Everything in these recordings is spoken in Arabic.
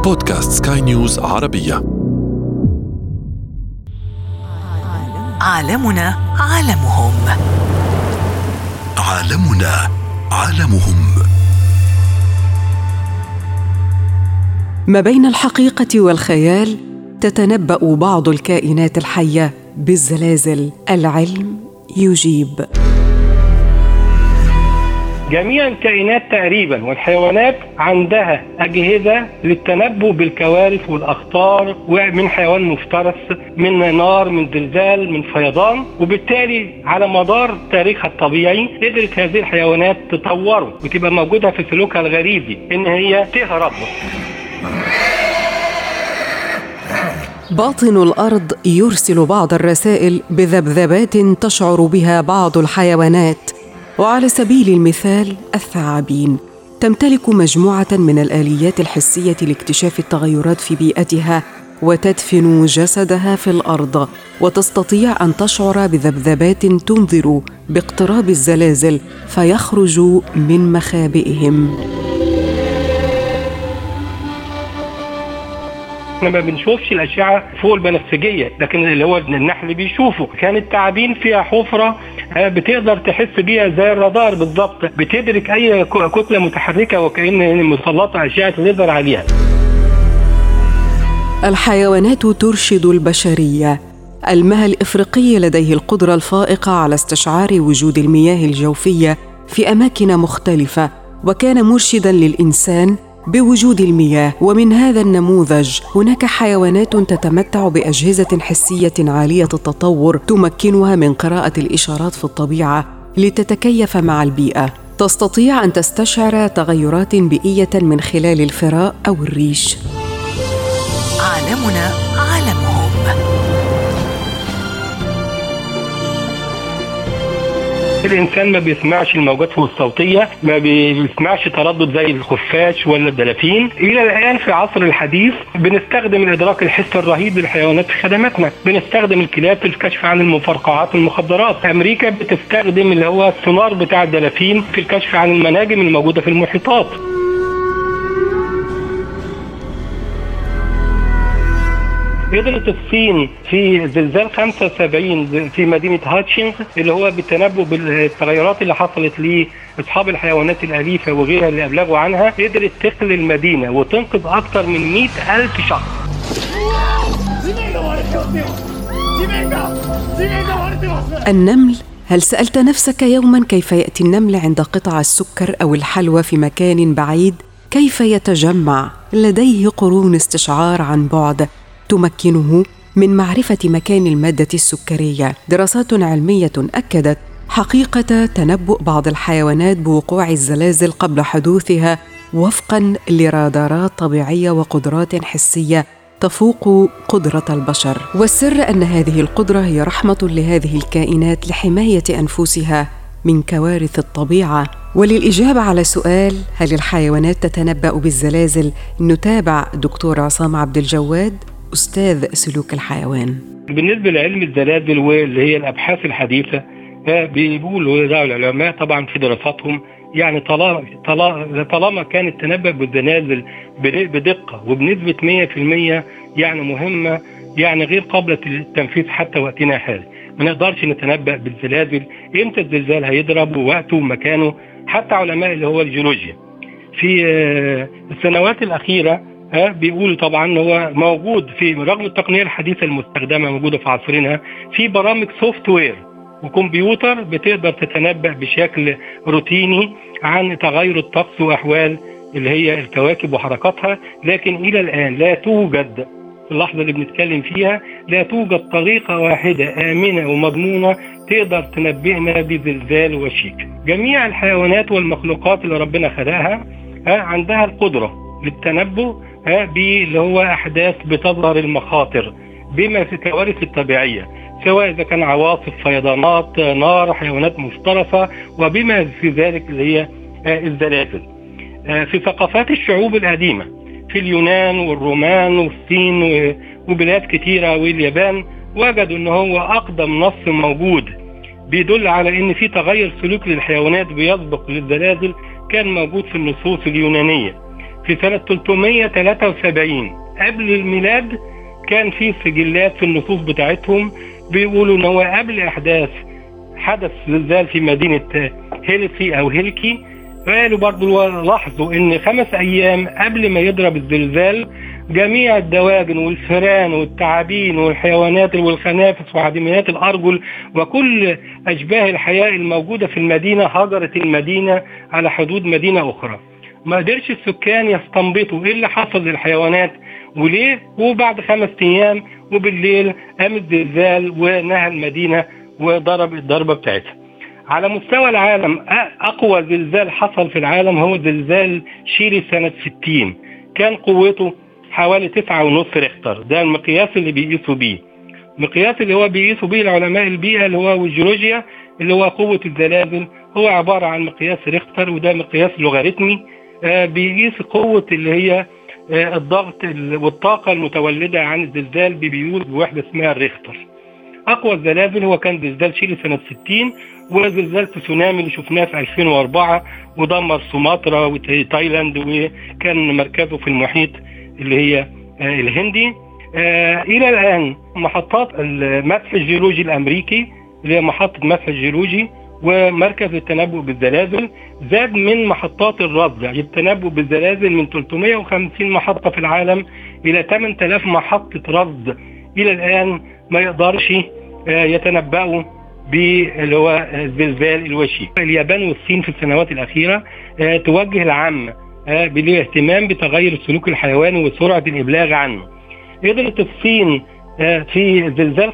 بودكاست سكاي نيوز عربية. عالمنا عالمهم، عالمنا عالمهم. ما بين الحقيقة والخيال تتنبأ بعض الكائنات الحية بالزلازل. العلم يجيب. جميع الكائنات تقريبا والحيوانات عندها أجهزة للتنبؤ بالكوارث والأخطار، ومن حيوان مفترس، من نار، من زلزال، من فيضان. وبالتالي على مدار تاريخها الطبيعي قدرت هذه الحيوانات تطور وتبقى موجودة في سلوكها الغريزي إن هي تهرب. باطن الأرض يرسل بعض الرسائل بذبذبات تشعر بها بعض الحيوانات، وعلى سبيل المثال الثعابين تمتلك مجموعة من الآليات الحسية لاكتشاف التغيرات في بيئتها وتدفن جسدها في الأرض، وتستطيع أن تشعر بذبذبات تنذر باقتراب الزلازل فيخرجوا من مخابئهم. احنا ما بنشوفش الأشعة فوق البنفسجية، لكن اللي هو النحل بيشوفه. كان التعابين فيها حفرة بتقدر تحس بيها زي الرادار بالضبط، بتدرك أي كتلة متحركة وكأن مسلطة أشعة ليزر عليها. الحيوانات ترشد البشرية. المها الإفريقي لديه القدرة الفائقة على استشعار وجود المياه الجوفية في أماكن مختلفة، وكان مرشداً للإنسان بوجود المياه. ومن هذا النموذج هناك حيوانات تتمتع بأجهزة حسية عالية التطور تمكنها من قراءة الإشارات في الطبيعة لتتكيف مع البيئة. تستطيع أن تستشعر تغيرات بيئية من خلال الفراء أو الريش. عالمنا عالمهم. الإنسان ما بيسمعش الموجات الصوتية، ما بيسمعش تردد زي الخفاش ولا الدلافين. إلى الآن في العصر الحديث بنستخدم الإدراك الحسي الرهيب للحيوانات في خدماتنا. بنستخدم الكلاب في الكشف عن المفرقعات والمخدرات. أمريكا بتستخدم اللي هو السونار بتاع الدلافين في الكشف عن المناجم الموجودة في المحيطات. قدرت الصين في زلزال 75 في مدينة هاتشينغ اللي هو بالتنبؤ بالتغيرات اللي حصلت لأصحاب الحيوانات الأليفة وغيرها اللي أبلغوا عنها، قدرت تقل المدينة وتنقذ أكثر من 100,000 شخص. النمل. هل سألت نفسك يوماً كيف يأتي النمل عند قطع السكر أو الحلوى في مكان بعيد؟ كيف يتجمع؟ لديه قرون استشعار عن بعد تمكنه من معرفة مكان المادة السكرية. دراسات علمية أكدت حقيقة تنبؤ بعض الحيوانات بوقوع الزلازل قبل حدوثها وفقاً لرادارات طبيعية وقدرات حسية تفوق قدرة البشر. والسر أن هذه القدرة هي رحمة لهذه الكائنات لحماية أنفسها من كوارث الطبيعة. وللإجابة على سؤال هل الحيوانات تتنبأ بالزلازل، نتابع دكتور عصام عبد الجواد، أستاذ سلوك الحيوان. بالنسبة لعلم الزلازل واللي هي الأبحاث الحديثة، بيقولوا العلماء طبعا في دراساتهم يعني طالما كان التنبؤ بالزلازل بدقة وبنسبة 100% يعني مهمة، يعني غير قابلة للتنفيذ حتى وقتنا هذا. ما نقدرش نتنبأ بالزلازل امتى الزلزال هيضرب ووقته ومكانه. حتى علماء اللي هو الجيولوجيا في السنوات الأخيرة بيقولوا طبعا ان هو موجود في رغم التقنيه الحديثه المستخدمه موجوده في عصرنا في برامج سوفت وير وكمبيوتر بتقدر تتنبأ بشكل روتيني عن تغير الطقس واحوال اللي هي الكواكب وحركاتها. لكن الى الان لا توجد في اللحظه اللي بنتكلم فيها لا توجد طريقه واحده امنه ومضمونه تقدر تنبئنا بزلزال وشيك. جميع الحيوانات والمخلوقات اللي ربنا خلقها عندها القدره للتنبؤ اللي هو أحداث بتظهر المخاطر بما في الكوارث الطبيعية، سواء إذا كان عواصف، فيضانات، نار، حيوانات مفترسة، وبما في ذلك اللي هي الزلازل. في ثقافات الشعوب القديمة في اليونان والرومان والصين وبلاد كتيرة واليابان وجدوا أنه هو أقدم نص موجود بيدل على أن في تغير سلوك للحيوانات بيسبق للزلازل كان موجود في النصوص اليونانية. في سنة 373 قبل الميلاد كان في سجلات في النصوص بتاعتهم بيقولوا ان هو قبل احداث حدث زلزال في مدينة هيلسي او هيلكي. قالوا برضو لاحظوا ان 5 ايام قبل ما يضرب الزلزال جميع الدواجن والفئران والثعابين والحيوانات والخنافس وعدميات الارجل وكل اشباه الحياة الموجودة في المدينة هجرت المدينة على حدود مدينة اخرى. ما قدرش السكان يستنبطوا ايه اللي حصل للحيوانات وليه، وبعد 5 ايام وبالليل قام الزلزال ونهى المدينة وضرب الضربة بتاعتها. على مستوى العالم اقوى زلزال حصل في العالم هو زلزال شيلي سنة 60، كان قوته حوالي 9.5 ريختر. ده المقياس اللي بيقيسوا بيه، المقياس اللي هو بيقيسوا بيه العلماء البيئة اللي هو والجيولوجيا اللي هو قوة الزلازل، هو عبارة عن مقياس ريختر، وده مقياس لوغاريتمي بيقيس قوة اللي هي الضغط والطاقة المتولدة عن الزلزال بيقول بوحدة اسمها الريختر. أقوى الزلازل هو كان زلزال شيلي سنة 60 وزلزال تسونامي اللي شفناه في 2004 ودمر سومطرة وتايلاند وكان مركزه في المحيط اللي هي الهندي. إلى الآن محطات المسح الجيولوجي الأمريكي اللي هي محطة مسح الجيولوجي ومركز التنبؤ بالزلازل زاد من محطات الرصد التنبؤ بالزلازل من 350 محطة في العالم إلى 8000 محطة رصد. إلى الآن ما يقدرش يتنبؤوا باللي هو الزلزال الوشي. اليابان والصين في السنوات الأخيرة توجه العامة بالاهتمام بتغير السلوك الحيواني وسرعة الإبلاغ عنه. قدرت الصين في زلزال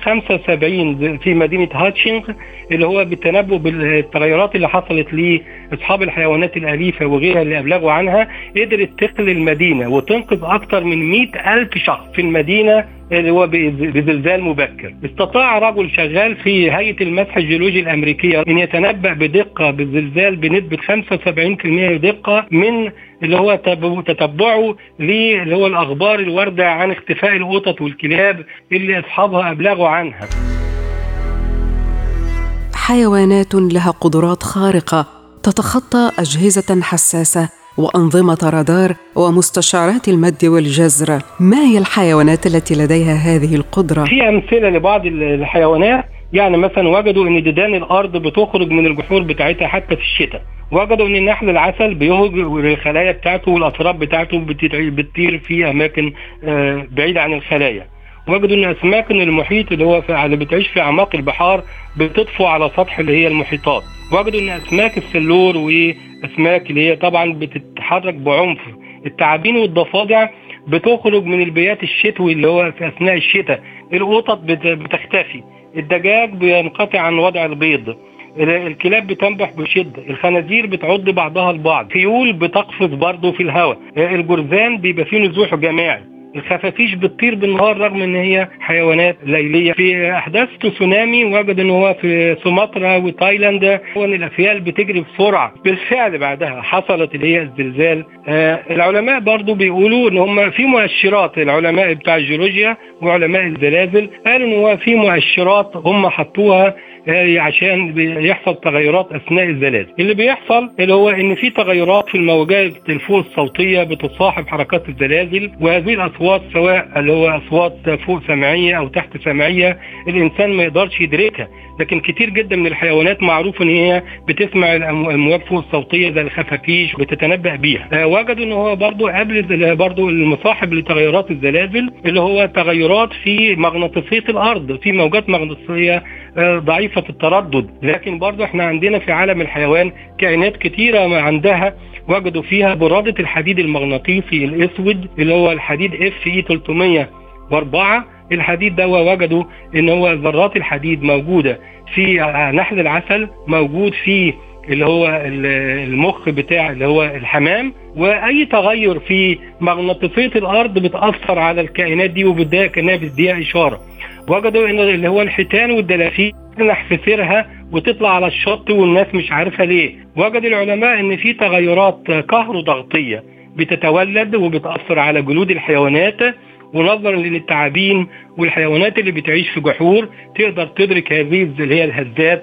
75 في مدينة هاتشينغ اللي هو بالتنبؤ بالتغيرات اللي حصلت لأصحاب الحيوانات الأليفة وغيرها اللي أبلغوا عنها، قدرت تقلل المدينة وتنقذ أكثر من 100,000 شخص في المدينة اللي هو بزلزال مبكر. استطاع رجل شغال في هيئة المسح الجيولوجي الأمريكية أن يتنبأ بدقة بالزلزال بنسبة 75% دقة من اللي هو تتبعه اللي هو الأخبار الواردة عن اختفاء القطط والكلاب اللي أصحابها أبلغوا عنها. حيوانات لها قدرات خارقة تتخطى أجهزة حساسة وأنظمة رادار ومستشعرات المد والجزر. ما هي الحيوانات التي لديها هذه القدرة؟ في أمثلة لبعض الحيوانات، يعني مثلا وجدوا ان ديدان الارض بتخرج من الجحور بتاعتها حتى في الشتاء. وجدوا ان نحل العسل بيهجر الخلايا بتاعته والأطراف بتاعته بتطير في اماكن بعيدة عن الخلايا. وجدوا ان اسماك المحيط اللي بتعيش في اعماق البحار بتطفو على سطح اللي هي المحيطات. وجدوا ان اسماك السلور واسماك اللي هي طبعا بتتحرك بعنف، التعابين والضفادع بتخرج من البيات الشتوي اللي هو في اثناء الشتاء. القطط بتختفي، الدجاج بينقطع عن وضع البيض، الكلاب بتنبح بشدة، الخنازير بتعض بعضها البعض، خيول بتقفز برضه في الهواء، الجرذان بيبقى فيه نزوح جماعي، الخفافيش بتطير بالنهار رغم ان هي حيوانات ليلية. في احداث تسونامي وجد ان هو في سومطرة وتايلاند ان الافيال بتجري بسرعة. بالفعل بعدها حصلت اللي هي الزلزال. العلماء برضو بيقولوا ان هم في مؤشرات، العلماء بتاع الجيولوجيا وعلماء الزلازل قالوا ان هو في مؤشرات هم حطوها عشان يحصل تغيرات اثناء الزلازل. اللي بيحصل اللي هو ان في تغيرات في الموجات الفوق الصوتيه بتصاحب حركات الزلازل، وهذه الاصوات سواء اللي هو اصوات فوق سمعيه او تحت سمعيه الانسان ما يقدرش يدركها، لكن كتير جدا من الحيوانات معروف ان هي بتسمع الامواج فوق الصوتيه زي الخفافيش بتتنبأ بيها. وجدوا ان هو برضو قبل برضو المصاحب لتغيرات الزلازل اللي هو تغيرات في مغناطيسيه الارض، في موجات مغناطيسيه ضعيفة في التردد. لكن برضو احنا عندنا في عالم الحيوان كائنات كتيرة عندها وجدوا فيها برادة الحديد المغناطيسي الاسود اللي هو الحديد Fe 304. الحديد ده وجدوا ان هو ذرات الحديد موجودة في نحل العسل، موجود في اللي هو المخ بتاع اللي هو الحمام. واي تغير في مغناطيسية الارض بتأثر على الكائنات دي وبداية كأنها بتديها اشارة. وجدوا ان اللي هو الحيتان والدلافين نحفسرها وتطلع على الشط والناس مش عارفة ليه. وجد العلماء ان في تغيرات كهروضغطية بتتولد وبتأثر على جلود الحيوانات، ونظرا للتعابين والحيوانات اللي بتعيش في جحور تقدر تدرك هذه اللي هي الهزات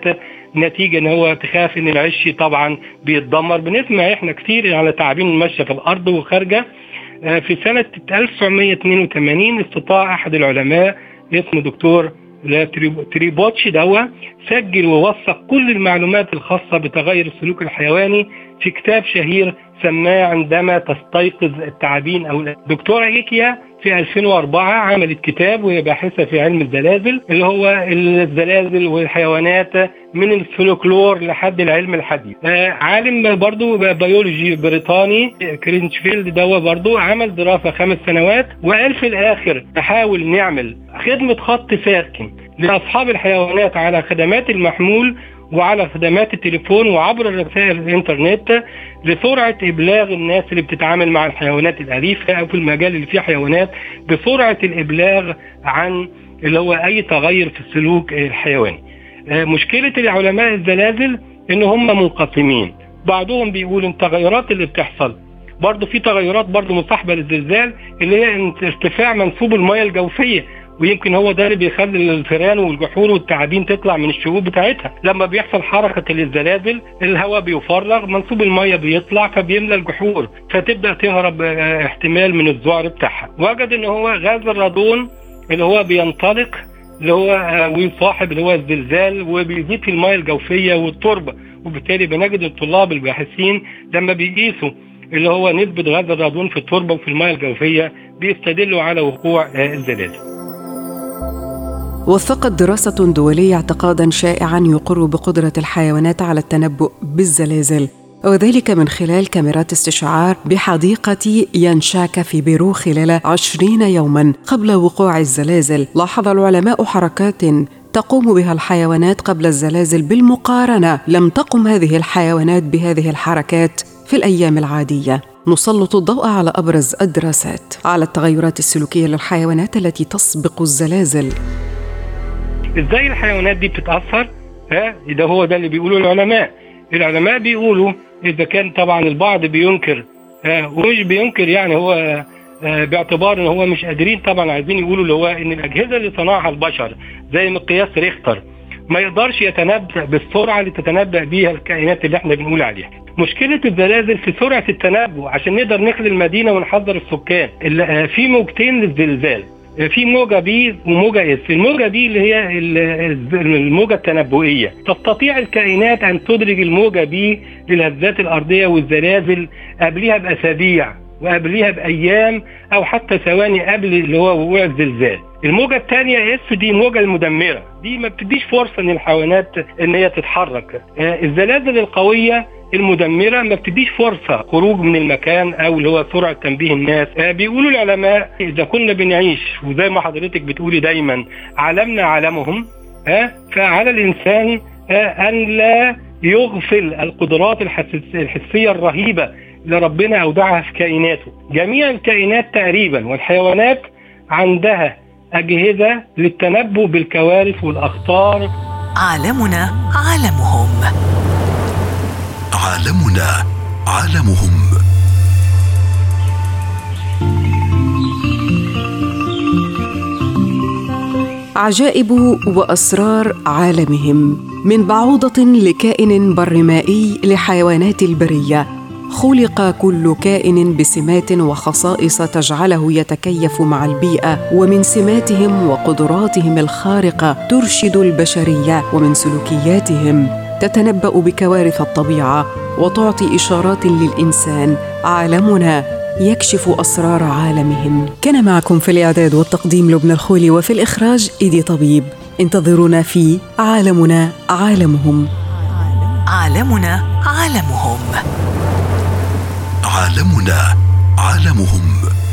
نتيجة ان هو تخاف ان العش طبعا بيتدمر. بنسمع احنا كتير على تعابين ماشية في الارض وخارجة. في سنة 1982 استطاع احد العلماء اسمه دكتور تريبوتشي سجل ووثق كل المعلومات الخاصة بتغير السلوك الحيواني في كتاب شهير سماه عندما تستيقظ التعابين. أو دكتورة إيكيا في 2004 عملت كتاب وهي باحثة في علم الزلازل، اللي هو الزلازل والحيوانات من الفولكلور لحد العلم الحديث. عالم برضو بيولوجي بريطاني كرينشفيلد برضو عمل دراسة 5 سنوات، وقال في الآخر نحاول نعمل خدمة خط ساكن لأصحاب الحيوانات على خدمات المحمول وعلى خدمات التليفون وعبر الرسائل الانترنت لسرعة إبلاغ الناس اللي بتتعامل مع الحيوانات الأليفة أو في المجال اللي فيه حيوانات بسرعة الإبلاغ عن اللي هو أي تغير في السلوك الحيواني. مشكلة العلماء الزلازل إن هم منقسمين، بعضهم بيقول التغيرات اللي بتحصل برضو في تغيرات برضو مصاحبة للزلزال اللي هي ارتفاع منسوب المياه الجوفية، ويمكن هو ده اللي بيخلي الفئران والجحور والتعابين تطلع من الشعوب بتاعتها. لما بيحصل حركة للزلازل الهواء بيفرغ، منسوب المية بيطلع فبيملى الجحور فتبدأ تهرب احتمال من الذعر بتاعها. وجد ان هو غاز الرادون اللي هو بينطلق اللي هو ويصاحب اللي هو الزلزال وبيزيد في المياه الجوفية والتربة، وبالتالي بنجد الطلاب الباحثين لما بيقيسوا اللي هو نسبة غاز الرادون في التربة وفي المياه الجوفية بيستدلوا على وقوع الزلازل. وثقت دراسة دولية اعتقاداً شائعاً يقر بقدرة الحيوانات على التنبؤ بالزلازل، وذلك من خلال كاميرات استشعار بحديقة يانشاكا في بيرو خلال 20 يوماً قبل وقوع الزلازل. لاحظ العلماء حركات تقوم بها الحيوانات قبل الزلازل بالمقارنة لم تقم هذه الحيوانات بهذه الحركات في الأيام العادية. نسلط الضوء على أبرز الدراسات على التغيرات السلوكية للحيوانات التي تسبق الزلازل. ازاي الحيوانات دي بتتأثر؟ ده هو ده اللي بيقولوا العلماء بيقولوا اذا كان طبعا البعض بينكر ومش بينكر، يعني هو باعتبار ان هو مش قادرين طبعا عايزين يقولوا اللي هو ان الاجهزة اللي صنعها البشر زي مقياس ريختر ما يقدرش يتنبأ بالسرعة اللي تتنبأ بيها الكائنات اللي احنا بنقول عليها. مشكلة الزلازل في سرعة التنبؤ عشان نقدر نخلي المدينة ونحذر السكان. في موجتين للزلزال، في موجة بي وموجة اس. الموجة بي اللي هي الموجة التنبؤية، تستطيع الكائنات أن تدرج الموجة بي للهزات الأرضية والزلازل قبلها بأسابيع وقبلها بأيام أو حتى ثواني قبل اللي هو وقوع الزلزال. الموجة الثانية اس دي موجة المدمرة، دي ما بتديش فرصة ان الحيوانات ان هي تتحرك. الزلازل القوية المدمرة ما بتديش فرصة خروج من المكان او اللي هو سرعة تنبيه الناس. بيقولوا العلماء اذا كنا بنعيش وزي ما حضرتك بتقولي دايما عالمنا عالمهم، فعلى الانسان ان لا يغفل القدرات الحسية الرهيبة اللي ربنا اودعها في كائناته. جميع الكائنات تقريبا والحيوانات عندها أجهزة للتنبؤ بالكوارث والأخطار. عالمنا عالمهم. عالمنا عالمهم. عجائب وأسرار عالمهم، من بعوضة لكائن برمائي لحيوانات البرية. خلق كل كائن بسمات وخصائص تجعله يتكيف مع البيئة، ومن سماتهم وقدراتهم الخارقة ترشد البشرية، ومن سلوكياتهم تتنبأ بكوارث الطبيعة وتعطي إشارات للإنسان. عالمنا يكشف أسرار عالمهم. كان معكم في الإعداد والتقديم لبنى الخولي، وفي الإخراج إيدي طبيب. انتظرونا في عالمنا عالمهم. عالمنا عالمهم. عالمنا عالمهم.